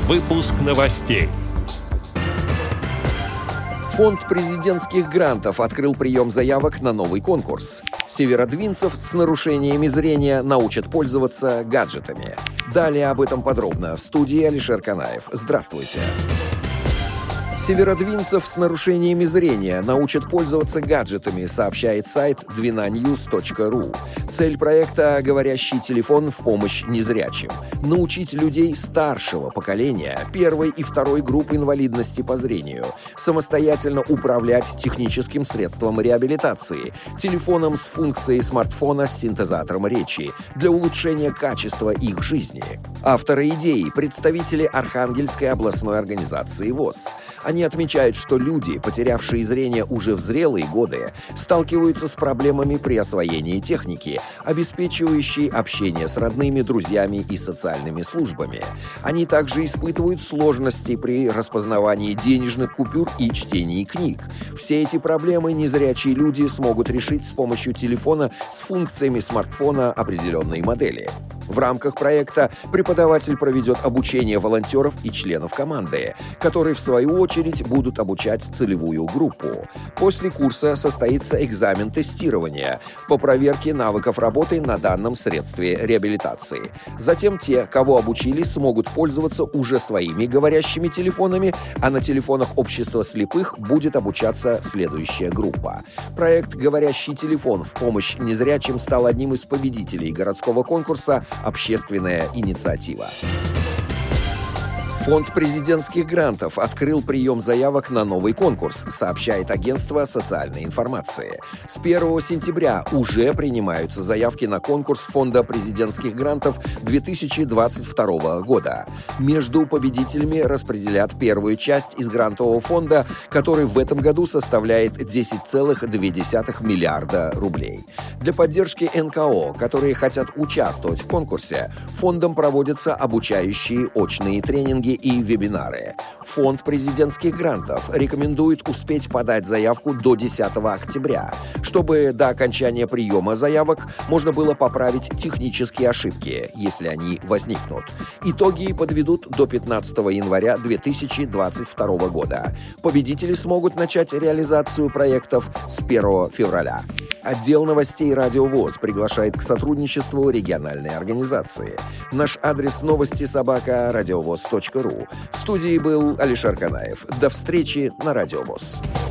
Выпуск новостей. Фонд президентских грантов открыл прием заявок на новый конкурс. Северодвинцев с нарушениями зрения научат пользоваться гаджетами. Далее об этом подробно в студии Алишер Канаев. Здравствуйте. Северодвинцев с нарушениями зрения научат пользоваться гаджетами, сообщает сайт dwinanews.ru. Цель проекта «Говорящий телефон в помощь незрячим» – научить людей старшего поколения, первой и второй группы инвалидности по зрению, самостоятельно управлять техническим средством реабилитации, телефоном с функцией смартфона с синтезатором речи для улучшения качества их жизни. Авторы идеи – представители Архангельской областной организации ВОС. Они отмечают, что люди, потерявшие зрение уже в зрелые годы, сталкиваются с проблемами при освоении техники, обеспечивающей общение с родными, друзьями и социальными службами. Они также испытывают сложности при распознавании денежных купюр и чтении книг. Все эти проблемы незрячие люди смогут решить с помощью телефона с функциями смартфона определенной модели. В рамках проекта преподаватель проведет обучение волонтеров и членов команды, которые, в свою очередь, будут обучать целевую группу. После курса состоится экзамен тестирования по проверке навыков работы на данном средстве реабилитации. Затем те, кого обучили, смогут пользоваться уже своими говорящими телефонами, а на телефонах общества слепых будет обучаться следующая группа. Проект «Говорящий телефон в помощь незрячим» стал одним из победителей городского конкурса «Общественная инициатива». Фонд президентских грантов открыл прием заявок на новый конкурс, сообщает агентство социальной информации. С 1 сентября уже принимаются заявки на конкурс Фонда президентских грантов 2022 года. Между победителями распределят первую часть из грантового фонда, который в этом году составляет 10,2 миллиарда рублей. Для поддержки НКО, которые хотят участвовать в конкурсе, фондом проводятся обучающие очные тренинги и вебинары. Фонд президентских грантов рекомендует успеть подать заявку до 10 октября, чтобы до окончания приема заявок можно было поправить технические ошибки, если они возникнут. Итоги подведут до 15 января 2022 года. Победители смогут начать реализацию проектов с 1 февраля. Отдел новостей «Радио ВОС» приглашает к сотрудничеству региональной организации. Наш адрес новости@радиовос.ру. В студии был Алишер Канаев. До встречи на «Радио ВОС».